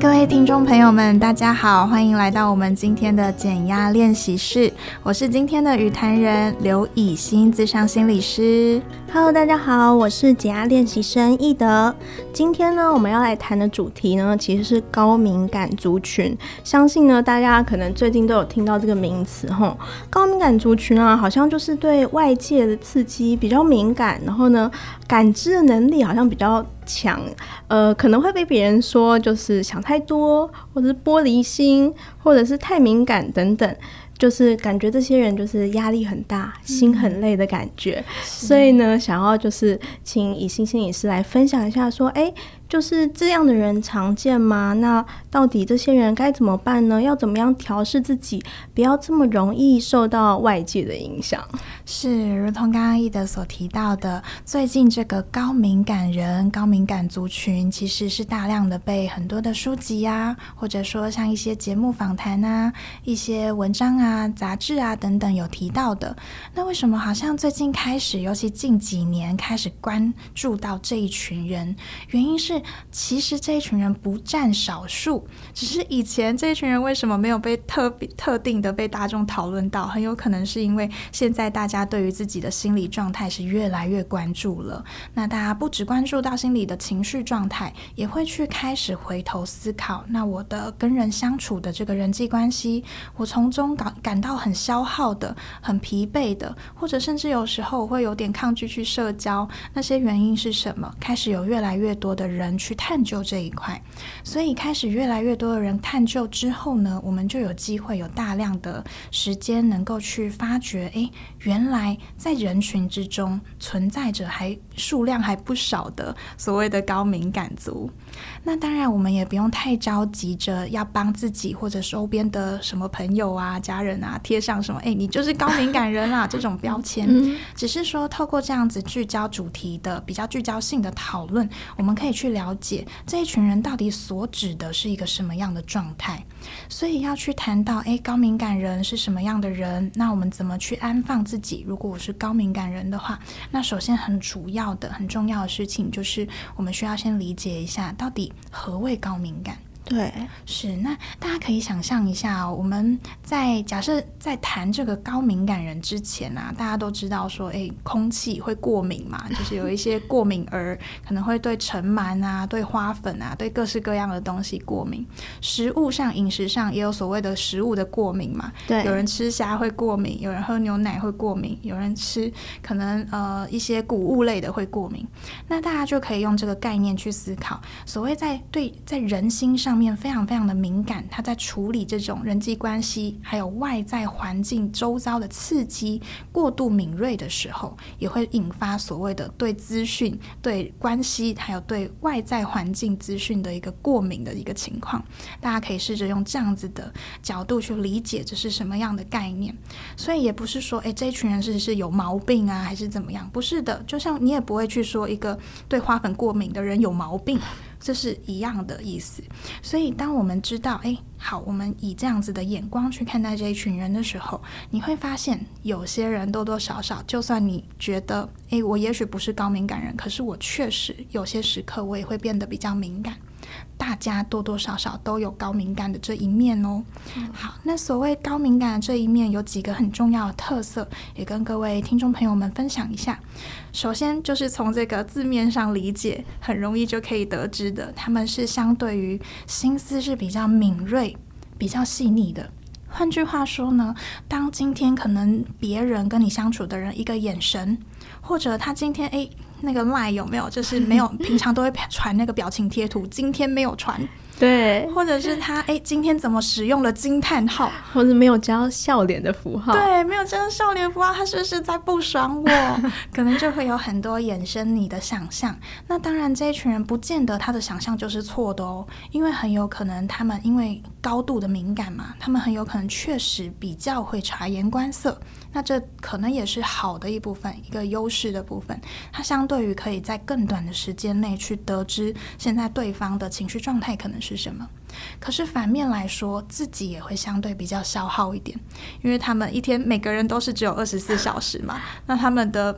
各位听众朋友们大家好，欢迎来到我们今天的减压练习室，我是今天的与谈人刘以欣諮商心理师。 Hello， 大家好，我是减压练习生易德。今天呢，我们要来谈的主题呢，其实是高敏感族群。相信呢，大家可能最近都有听到这个名词吼。高敏感族群啊，好像就是对外界的刺激比较敏感，然后呢，感知的能力好像比较强，可能会被别人说就是想太多，或者是玻璃心，或者是太敏感等等。就是感觉这些人就是压力很大，心很累的感觉，所以呢，想要就是请以欣心理师来分享一下说，就是这样的人常见吗？那到底这些人该怎么办呢？要怎么样调适自己，不要这么容易受到外界的影响？ 是，如同刚刚易德所提到的，最近这个高敏感人、高敏感族群其实是大量的被很多的书籍啊，或者说像一些节目访谈啊、一些文章啊、杂志啊等等有提到的。那为什么好像最近开始，尤其近几年开始关注到这一群人？原因是其实这一群人不占少数，只是以前这一群人为什么没有被特定的被大众讨论到，很有可能是因为现在大家对于自己的心理状态是越来越关注了。那大家不只关注到心理的情绪状态，也会去开始回头思考，那我的跟人相处的这个人际关系，我从中感到很消耗的、很疲惫的，或者甚至有时候我会有点抗拒去社交，那些原因是什么？开始有越来越多的人去探究这一块，所以开始越来越多的人探究之后呢，我们就有机会有大量的时间能够去发掘，原来在人群之中存在着数量还不少的所谓的高敏感族。那当然我们也不用太着急着要帮自己或者周边的什么朋友啊、家人啊贴上什么你就是高敏感人啦这种标签，只是说透过这样子聚焦主题的比较聚焦性的讨论，我们可以去了解这一群人到底所指的是一个什么样的状态。所以要去谈到高敏感人是什么样的人，那我们怎么去安放自己？如果我是高敏感人的话，那首先很主要的很重要的事情就是我们需要先理解一下到底何谓高敏感。 对， 是，那大家可以想象一下我们假设在谈这个高敏感人之前啊，大家都知道说空气会过敏嘛，就是有一些过敏儿可能会对尘螨啊、对花粉啊、对各式各样的东西过敏。食物上、饮食上也有所谓的食物的过敏嘛，对，有人吃虾会过敏，有人喝牛奶会过敏，有人吃可能一些谷物类的会过敏。那大家就可以用这个概念去思考，所谓在人心上面非常非常的敏感，他在处理这种人际关系还有外在环境周遭的刺激过度敏锐的时候，也会引发所谓的对资讯、对关系还有对外在环境资讯的一个过敏的一个情况。大家可以试着用这样子的角度去理解这是什么样的概念。所以也不是说这一群人是有毛病啊还是怎么样，不是的，就像你也不会去说一个对花粉过敏的人有毛病，这是一样的意思。所以当我们知道好，我们以这样子的眼光去看待这一群人的时候，你会发现有些人多多少少，就算你觉得我也许不是高敏感人，可是我确实有些时刻我也会变得比较敏感。大家多多少少都有高敏感的这一面哦。好，那所谓高敏感的这一面有几个很重要的特色，也跟各位听众朋友们分享一下。首先就是从这个字面上理解，很容易就可以得知的，他们是相对于心思是比较敏锐、比较细腻的。换句话说呢，当今天可能别人跟你相处的人一个眼神，或者他今天那个 LINE 有没有就是没有平常都会传那个表情贴图，今天没有传， 对， 或者是他今天怎么使用了惊叹号， 或者没有加笑脸的符号， 对，没有加笑脸符号，他是不是在不爽我？可能就会有很多衍生你的想象。那当然这一群人不见得他的想象就是错的哦，因为很有可能他们因为高度的敏感嘛，他们很有可能确实比较会察言观色，那这可能也是好的一部分，一个优势的部分，它相对于可以在更短的时间内去得知现在对方的情绪状态可能是什么。可是反面来说，自己也会相对比较消耗一点，因为他们一天每个人都是只有24小时嘛，那他们的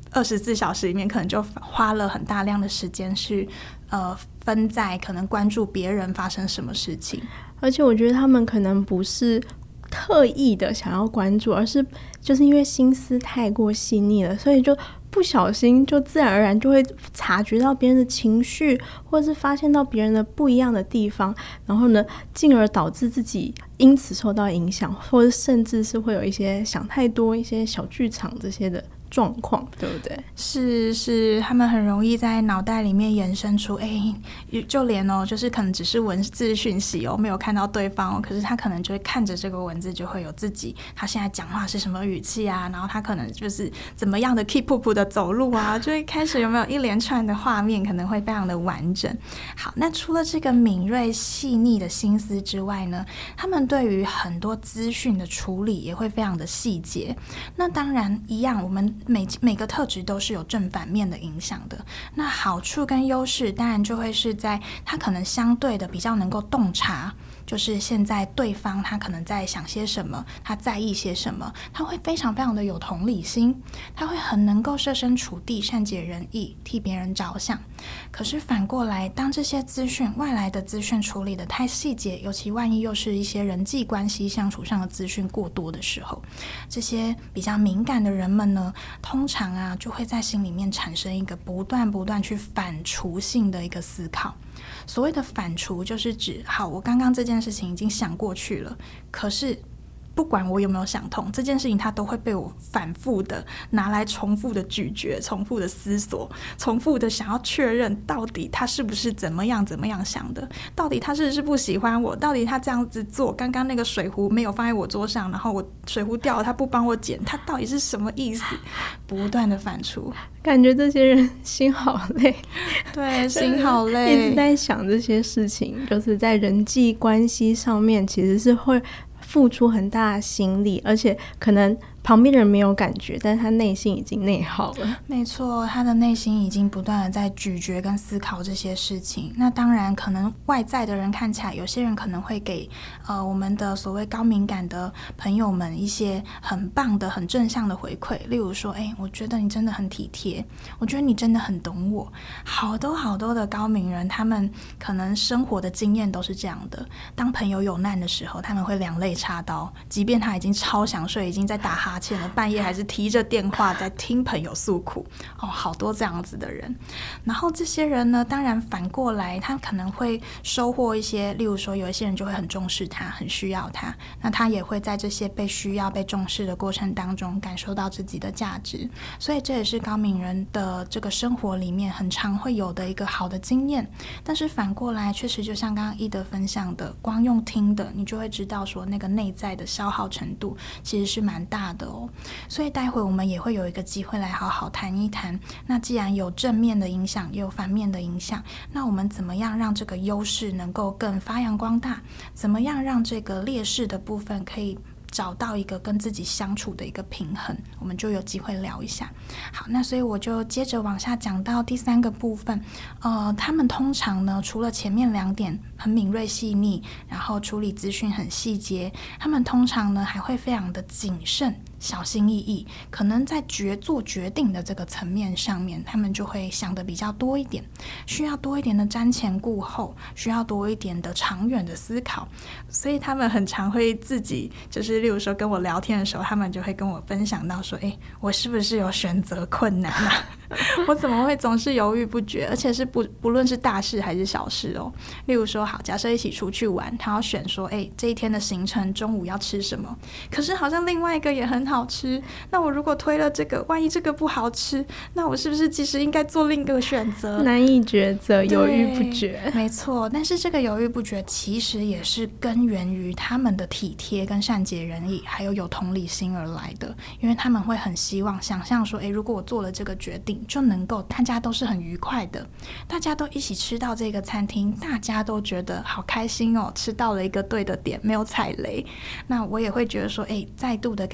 24小时里面可能就花了很大量的时间是分在可能关注别人发生什么事情。 而且我觉得他们可能不是刻意的想要关注，而是就是因为心思太过细腻了，所以就不小心就自然而然就会察觉到别人的情绪，或者是发现到别人的不一样的地方，然后呢进而导致自己因此受到影响，或者甚至是会有一些想太多，一些小剧场这些的状况，对不对？ 是，他们很容易在脑袋里面延伸出，就连就是可能只是文字讯息没有看到对方可是他可能就会看着这个文字，就会有自己他现在讲话是什么语气啊，然后他可能就是怎么样的 keep up 的走路啊，就会开始有没有一连串的画面，可能会非常的完整。好，那除了这个敏锐细腻的心思之外呢，他们对于很多资讯的处理也会非常的细节。那当然一样，我们每个特质都是有正反面的影响的。那好处跟优势当然就会是在他可能相对的比较能够洞察，就是现在对方他可能在想些什么，他在意些什么，他会非常非常的有同理心，他会很能够设身处地，善解人意，替别人着想。可是反过来，当这些外来的资讯处理的太细节，尤其万一又是一些人际关系相处上的资讯过多的时候，这些比较敏感的人们呢，通常就会在心里面产生一个不断去反刍性的一个思考。所谓的反刍就是指，好，我刚刚这件事情已经想过去了，可是不管我有没有想通，这件事情它都会被我反复的拿来重复的咀嚼，重复的思索，重复的想要确认到底他是不是怎么样想的，到底他是不是不喜欢我，到底他这样子做，刚刚那个水壶没有放在我桌上，然后我水壶掉了他不帮我捡，他到底是什么意思，不断的反刍。 感觉这些人心好累。 对，心好累， 一直在想这些事情，就是在人际关系上面其实是会付出很大的心力，而且可能旁边的人没有感觉，但是他内心已经内耗了。 没错，他的内心已经不断的在咀嚼跟思考这些事情。那当然可能外在的人看起来，有些人可能会给我们的所谓高敏感的朋友们一些很棒的很正向的回馈，例如说我觉得你真的很体贴，我觉得你真的很懂我。好多的高敏人，他们可能生活的经验都是这样的，当朋友有难的时候，他们会两肋插刀，即便他已经超想睡，已经在打哈欠了，半夜还是提着电话在听朋友诉苦。好多这样子的人。然后这些人呢，当然反过来他可能会收获一些，例如说有一些人就会很重视他，很需要他，那他也会在这些被需要被重视的过程当中感受到自己的价值。所以这也是高敏人的这个生活里面很常会有的一个好的经验。但是反过来确实就像刚刚一德分享的，光用听的你就会知道说那个内在的消耗程度其实是蛮大的哦。所以待会我们也会有一个机会来好好谈一谈，那既然有正面的影响也有反面的影响，那我们怎么样让这个优势能够更发扬光大，怎么样让这个劣势的部分可以找到一个跟自己相处的一个平衡，我们就有机会聊一下。好，那所以我就接着往下讲到第三个部分。他们通常呢，除了前面两点很敏锐细腻，然后处理资讯很细节，他们通常呢还会非常的谨慎小心翼翼，可能在做决定的这个层面上面，他们就会想的比较多一点，需要多一点的瞻前顾后，需要多一点的长远的思考。所以他们很常会自己就是例如说跟我聊天的时候，他们就会跟我分享到说，我是不是有选择困难啊？我怎么会总是犹豫不决，而且是不论是大事还是小事哦。例如说好，假设一起出去玩，他要选说这一天的行程中午要吃什么，可是好像另外一个也很好吃，那我如果推了这个，万一这个不好吃，那我是不是其实应该做另一个选择？ 难以抉择，犹豫不决。 没错，但是这个犹豫不决其实也是根源于他们的体贴跟善解人意，还有同理心而来的。因为他们会很希望想象说如果我做了这个决定，就能够大家都是很愉快的，大家都一起吃到这个餐厅，大家都觉得好开心哦，吃到了一个对的点，没有踩雷。那我也会觉得说再度的感受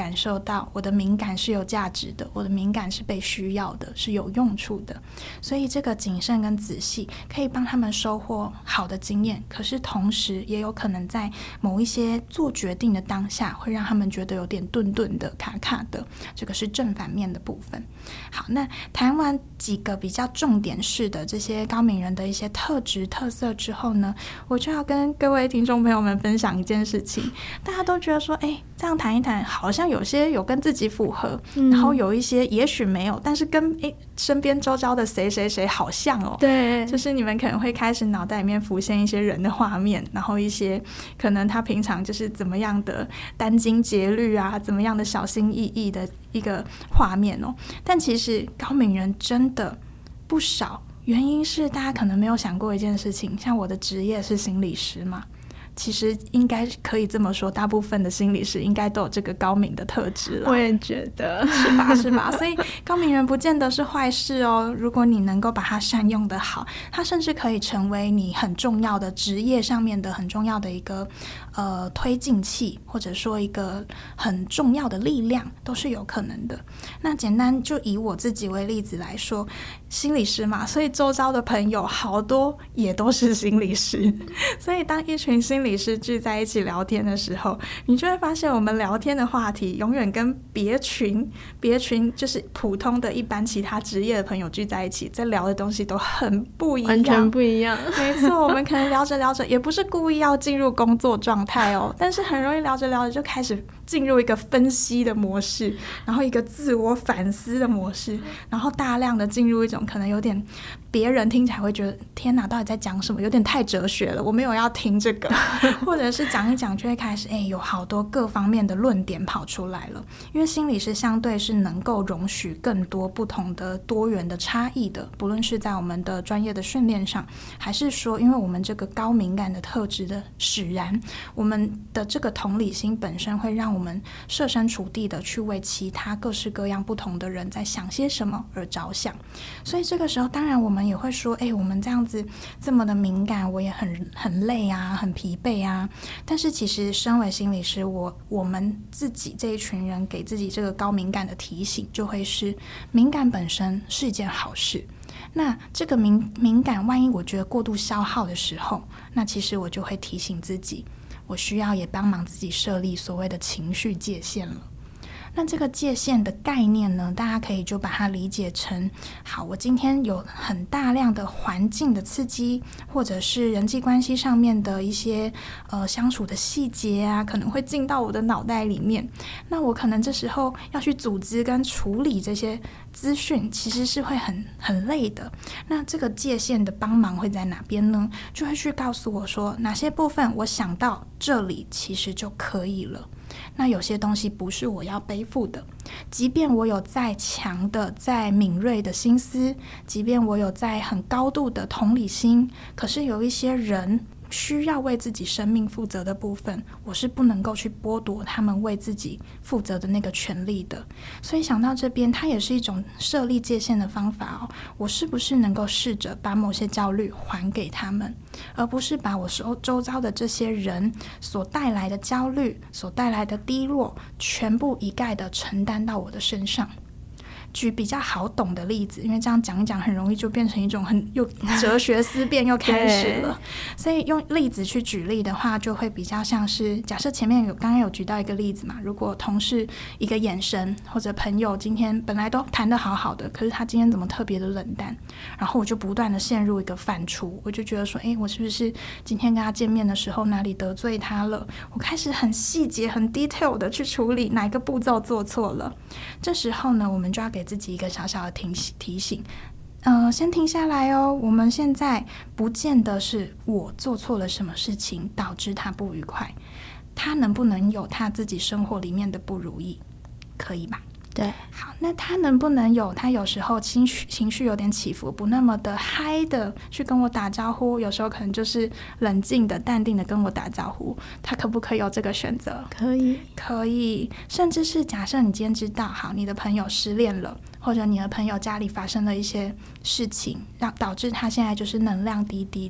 到我的敏感是有价值的，我的敏感是被需要的，是有用处的。所以这个谨慎跟仔细可以帮他们收获好的经验，可是同时也有可能在某一些做决定的当下会让他们觉得有点顿顿的卡卡的，这个是正反面的部分。好，那谈完几个比较重点式的这些高敏人的一些特质特色之后呢，我就要跟各位听众朋友们分享一件事情。大家都觉得说这样谈一谈好像有些有跟自己符合，然后有一些也许没有，但是跟身边周遭的谁谁谁好像哦。 对， 就是你们可能会开始脑袋里面浮现一些人的画面，然后一些可能他平常就是怎么样的殚精竭虑啊，怎么样的小心翼翼的一个画面哦。但其实高敏人真的不少，原因是大家可能没有想过一件事情，像我的职业是心理师嘛，其实应该可以这么说，大部分的心理师应该都有这个高敏的特质了。 我也觉得是吧是吧？所以高敏人不见得是坏事哦，如果你能够把它善用的好，它甚至可以成为你很重要的职业上面的很重要的一个推进器，或者说一个很重要的力量，都是有可能的。那简单就以我自己为例子来说，心理师嘛，所以周遭的朋友好多也都是心理师，所以当一群心理师聚在一起聊天的时候，你就会发现我们聊天的话题永远跟别群就是普通的一般其他职业的朋友聚在一起，在聊的东西都很不一样， 完全不一样。 没错，我们可能聊着聊着，也不是故意要进入工作状态哦，但是很容易聊着聊着就开始进入一个分析的模式，然后一个自我反思的模式，然后大量的进入一种可能有点别人听起来会觉得天哪，到底在讲什么，有点太哲学了，我没有要听这个或者是讲一讲就会开始有好多各方面的论点跑出来了。因为心理是相对是能够容许更多不同的多元的差异的，不论是在我们的专业的训练上，还是说因为我们这个高敏感的特质的使然，我们的这个同理心本身会让我们设身处地的去为其他各式各样不同的人在想些什么而着想。所以这个时候当然我们也会说我们这样子这么的敏感，我也很累啊，很疲惫啊。但是其实身为心理师，我们自己这一群人给自己这个高敏感的提醒就会是，敏感本身是一件好事。那这个敏感万一我觉得过度消耗的时候，那其实我就会提醒自己，我需要也帮忙自己设立所谓的情绪界限了。那这个界限的概念呢，大家可以就把它理解成，好，我今天有很大量的环境的刺激，或者是人际关系上面的一些相处的细节啊，可能会进到我的脑袋里面。那我可能这时候要去组织跟处理这些资讯，其实是会很累的。那这个界限的帮忙会在哪边呢？就会去告诉我说，哪些部分我想到这里其实就可以了。那有些东西不是我要背负的，即便我有再强的再敏锐的心思，即便我有再很高度的同理心，可是有一些人需要为自己生命负责的部分，我是不能够去剥夺他们为自己负责的那个权利的。所以想到这边，它也是一种设立界限的方法哦。我是不是能够试着把某些焦虑还给他们，而不是把我周遭的这些人所带来的焦虑、所带来的低落，全部一概的承担到我的身上。举比较好懂的例子，因为这样讲一讲很容易就变成一种又哲学思辨又开始了所以用例子去举例的话，就会比较像是假设前面刚刚有举到一个例子嘛，如果同事一个眼神，或者朋友今天本来都谈得好好的，可是他今天怎么特别的冷淡，然后我就不断的陷入一个反刍，我就觉得说我是不是今天跟他见面的时候哪里得罪他了，我开始很细节很 detail 的去处理哪一个步骤做错了。这时候呢，我们就要给自己一个小小的提醒，先停下来哦。我们现在不见得是我做错了什么事情导致他不愉快，他能不能有他自己生活里面的不如意，可以吧？ 对， 好，那他能不能有他有时候情绪有点起伏，不那么的嗨的去跟我打招呼，有时候可能就是冷静的淡定的跟我打招呼，他可不可以有这个选择？可以，甚至是假设你今天知道，好，你的朋友失恋了，或者你的朋友家里发生了一些事情，导致他现在就是能量低低的，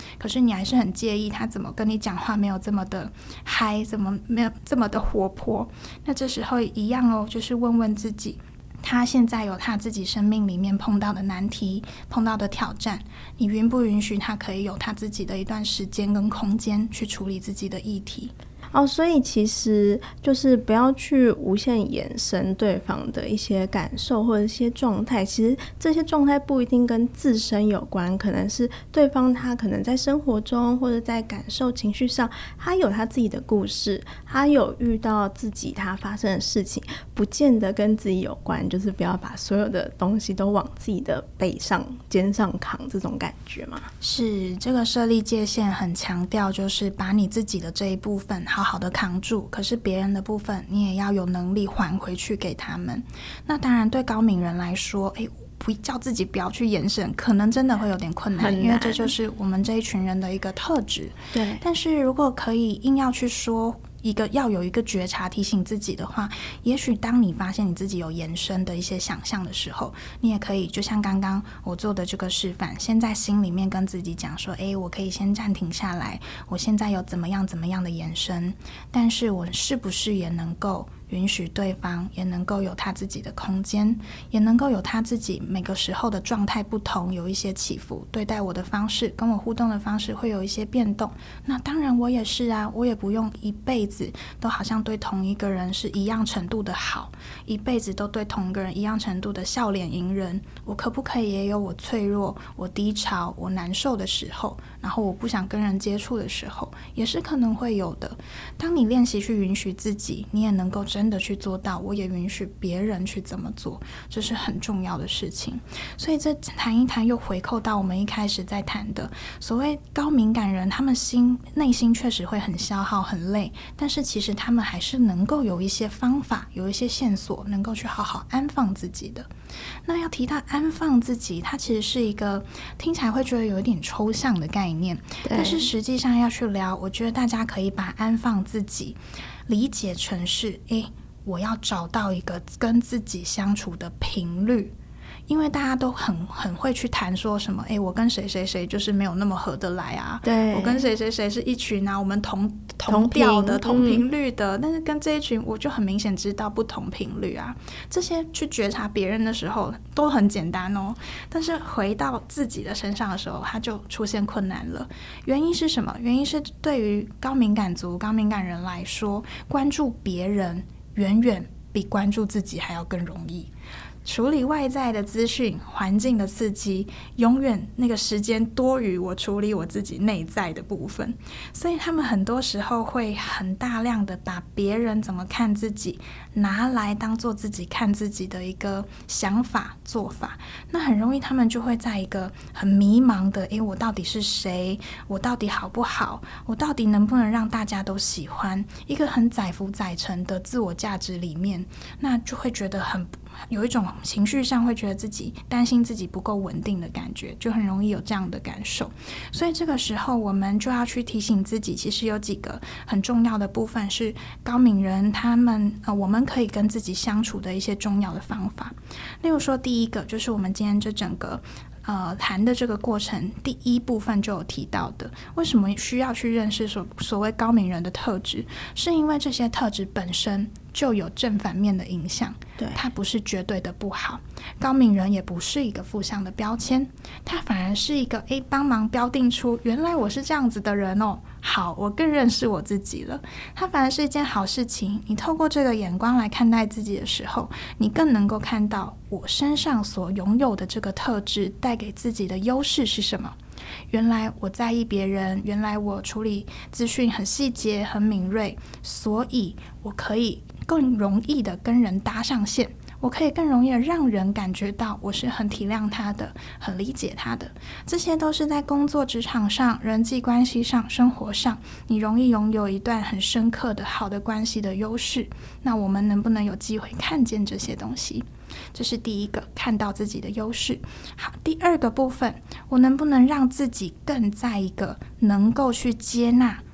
可是你还是很介意他怎么跟你讲话没有这么的嗨，怎么没有这么的活泼。那这时候一样哦，就是问问自己，他现在有他自己生命里面碰到的难题，碰到的挑战，你允不允许他可以有他自己的一段时间跟空间去处理自己的议题。 所以其实就是不要去无限延伸对方的一些感受或者一些状态，其实这些状态不一定跟自身有关，可能是对方他可能在生活中或者在感受情绪上，他有他自己的故事，他有遇到自己他发生的事情，不见得跟自己有关，就是不要把所有的东西都往自己的背上肩上扛，这种感觉嘛。 是，这个设立界限很强调，就是把你自己的这一部分好好的扛住，可是别人的部分你也要有能力还回去给他们。那当然对高敏人来说，不叫自己不要去延伸，可能真的会有点困难，因为这就是我们这一群人的一个特质。 对， 但是如果可以硬要去说要有一个觉察提醒自己的话，也许当你发现你自己有延伸的一些想象的时候，你也可以就像刚刚我做的这个示范，先在心里面跟自己讲说，我可以先暂停下来，我现在有怎么样的延伸，但是我是不是也能够允许对方也能够有他自己的空间，也能够有他自己每个时候的状态不同，有一些起伏，对待我的方式跟我互动的方式会有一些变动。那当然我也是啊，我也不用一辈子都好像对同一个人是一样程度的好，一辈子都对同一个人一样程度的笑脸迎人。我可不可以也有我脆弱，我低潮，我难受的时候，然后我不想跟人接触的时候，也是可能会有的。当你练习去允许自己，你也能够真的去做到，我也允许别人去这么做，这是很重要的事情。所以这谈一谈又回扣到我们一开始在谈的所谓高敏感人，他们内心确实会很消耗很累，但是其实他们还是能够有一些方法，有一些线索能够去好好安放自己的。那要提到安放自己，它其实是一个听起来会觉得有一点抽象的概念，但是实际上要去聊，我觉得大家可以把安放自己理解成是我要找到一个跟自己相处的频率。因为大家都很会去谈说什么我跟谁谁谁就是没有那么合得来啊， 对， 我跟谁谁谁是一群啊，我们同调的同频率的，但是跟这一群我就很明显知道不同频率啊。这些去觉察别人的时候都很简单哦，但是回到自己的身上的时候，它就出现困难了。原因是什么？原因是对于高敏感族、高敏感人来说，关注别人远远比关注自己还要更容易。处理外在的资讯、环境的刺激，永远那个时间多于我处理我自己内在的部分，所以他们很多时候会很大量的把别人怎么看自己拿来当做自己看自己的一个想法做法。那很容易他们就会在一个很迷茫的我到底是谁，我到底好不好，我到底能不能让大家都喜欢，一个很载浮载沉的自我价值里面，那就会觉得有一种情绪上会觉得自己担心自己不够稳定的感觉，就很容易有这样的感受。所以这个时候我们就要去提醒自己，其实有几个很重要的部分是高敏人他们我们可以跟自己相处的一些重要的方法。例如说第一个就是我们今天这整个谈的这个过程第一部分就有提到的，为什么需要去认识所谓高敏人的特质，是因为这些特质本身就有正反面的影响， 对， 它不是绝对的不好。高敏人也不是一个负向的标签，它反而是一个帮忙标定出原来我是这样子的人哦，好，我更认识我自己了。它反而是一件好事情，你透过这个眼光来看待自己的时候，你更能够看到我身上所拥有的这个特质带给自己的优势是什么。原来我在意别人，原来我处理资讯很细节很敏锐，所以我可以更容易的跟人搭上线，我可以更容易的让人感觉到我是很体谅他的，很理解他的。这些都是在工作职场上、人际关系上、生活上，你容易拥有一段很深刻的好的关系的优势。那我们能不能有机会看见这些东西？这是第一个，看到自己的优势。好，第二个部分，我能不能让自己更在一个能够去接纳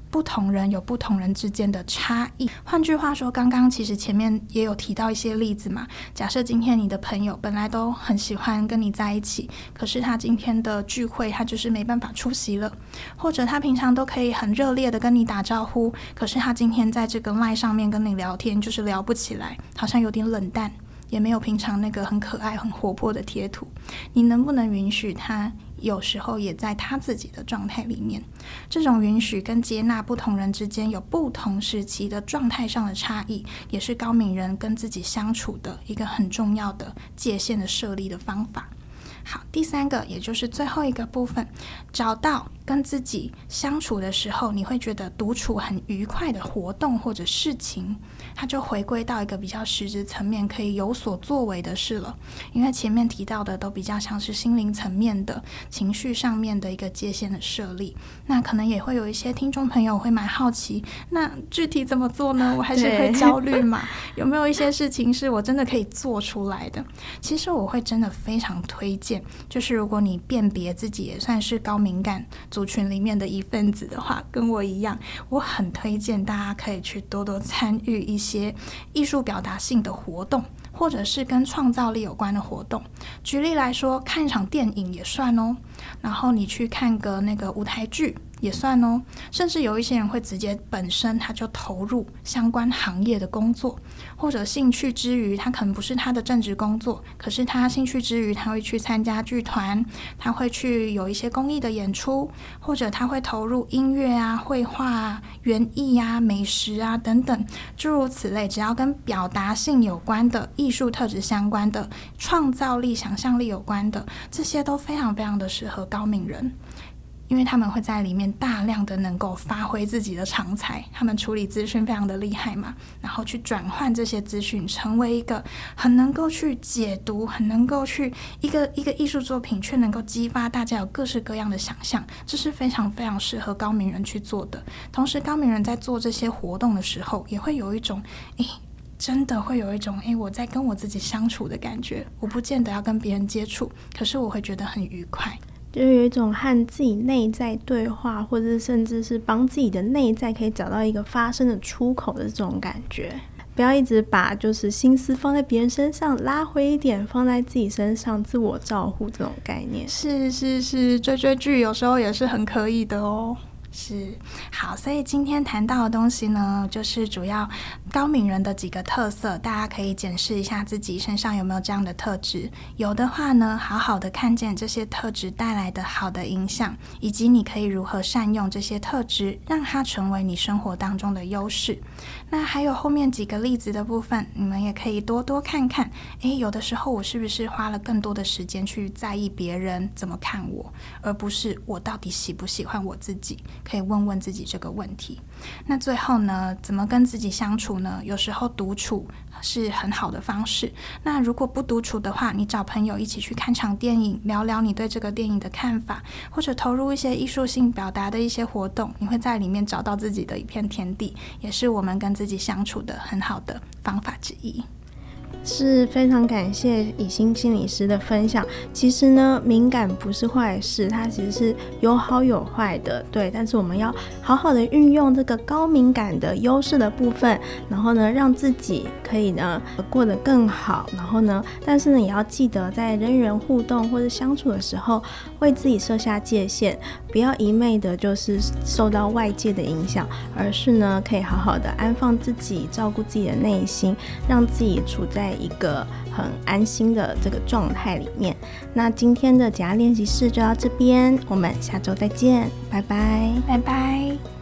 不同人有不同人之间的差异。换句话说，刚刚其实前面也有提到一些例子嘛，假设今天你的朋友本来都很喜欢跟你在一起，可是他今天的聚会他就是没办法出席了，或者他平常都可以很热烈的跟你打招呼，可是他今天在这个 LINE 上面跟你聊天就是聊不起来，好像有点冷淡，也没有平常那个很可爱很活泼的贴图。你能不能允许他有时候也在他自己的状态里面？这种允许跟接纳不同人之间有不同时期的状态上的差异，也是高敏人跟自己相处的一个很重要的界限的设立的方法。好，第三个也就是最后一个部分，找到跟自己相处的时候你会觉得独处很愉快的活动或者事情，它就回归到一个比较实质层面可以有所作为的事了。因为前面提到的都比较像是心灵层面的情绪上面的一个界限的设立，那可能也会有一些听众朋友会蛮好奇，那具体怎么做呢？我还是会焦虑嘛，有没有一些事情是我真的可以做出来的？其实我会真的非常推荐，就是如果你辨别自己也算是高敏感族群里面的一份子的话，跟我一样，我很推荐大家可以去多多参与一些艺术表达性的活动，或者是跟创造力有关的活动。举例来说，看一场电影也算哦，然后你去看个那个舞台剧也算哦，甚至有一些人会直接本身他就投入相关行业的工作，或者兴趣之余，他可能不是他的正职工作，可是他兴趣之余他会去参加剧团，他会去有一些公益的演出，或者他会投入音乐啊、绘画啊、园艺啊、美食啊等等诸如此类，只要跟表达性有关的、艺术特质相关的、创造力、想象力有关的，这些都非常非常的适合高敏人。因为他们会在里面大量的能够发挥自己的长才，他们处理资讯非常的厉害嘛，然后去转换这些资讯，成为一个很能够去解读，很能够去一个艺术作品，却能够激发大家有各式各样的想象，这是非常非常适合高敏人去做的。同时高敏人在做这些活动的时候，也会有一种真的会有一种我在跟我自己相处的感觉，我不见得要跟别人接触，可是我会觉得很愉快， 就有一种和自己内在对话，或者甚至是帮自己的内在可以找到一个发声的出口的这种感觉。不要一直把就是心思放在别人身上，拉回一点放在自己身上，自我照护这种概念。 是，追剧有时候也是很可以的哦。是，好，所以今天谈到的东西呢，就是主要高敏人的几个特色，大家可以检视一下自己身上有没有这样的特质，有的话呢，好好的看见这些特质带来的好的影响，以及你可以如何善用这些特质，让它成为你生活当中的优势。那还有后面几个例子的部分，你们也可以多多看看，有的时候我是不是花了更多的时间去在意别人怎么看我，而不是我到底喜不喜欢我自己，可以问问自己这个问题。那最后呢，怎么跟自己相处呢？有时候独处是很好的方式，那如果不独处的话，你找朋友一起去看场电影，聊聊你对这个电影的看法，或者投入一些艺术性表达的一些活动，你会在里面找到自己的一片天地，也是我们跟自己相处的很好的方法之一。 是非常感谢以心心理师的分享。其实呢，敏感不是坏事，它其实是有好有坏的，对。但是我们要好好的运用这个高敏感的优势的部分，然后呢，让自己可以呢过得更好。然后呢，但是呢，也要记得在人与人互动或者相处的时候，为自己设下界限，不要一昧的就是受到外界的影响，而是呢，可以好好的安放自己，照顾自己的内心，让自己处在一个很安心的这个状态里面。那今天的减压练习室就到这边，我们下周再见，拜拜， 拜拜。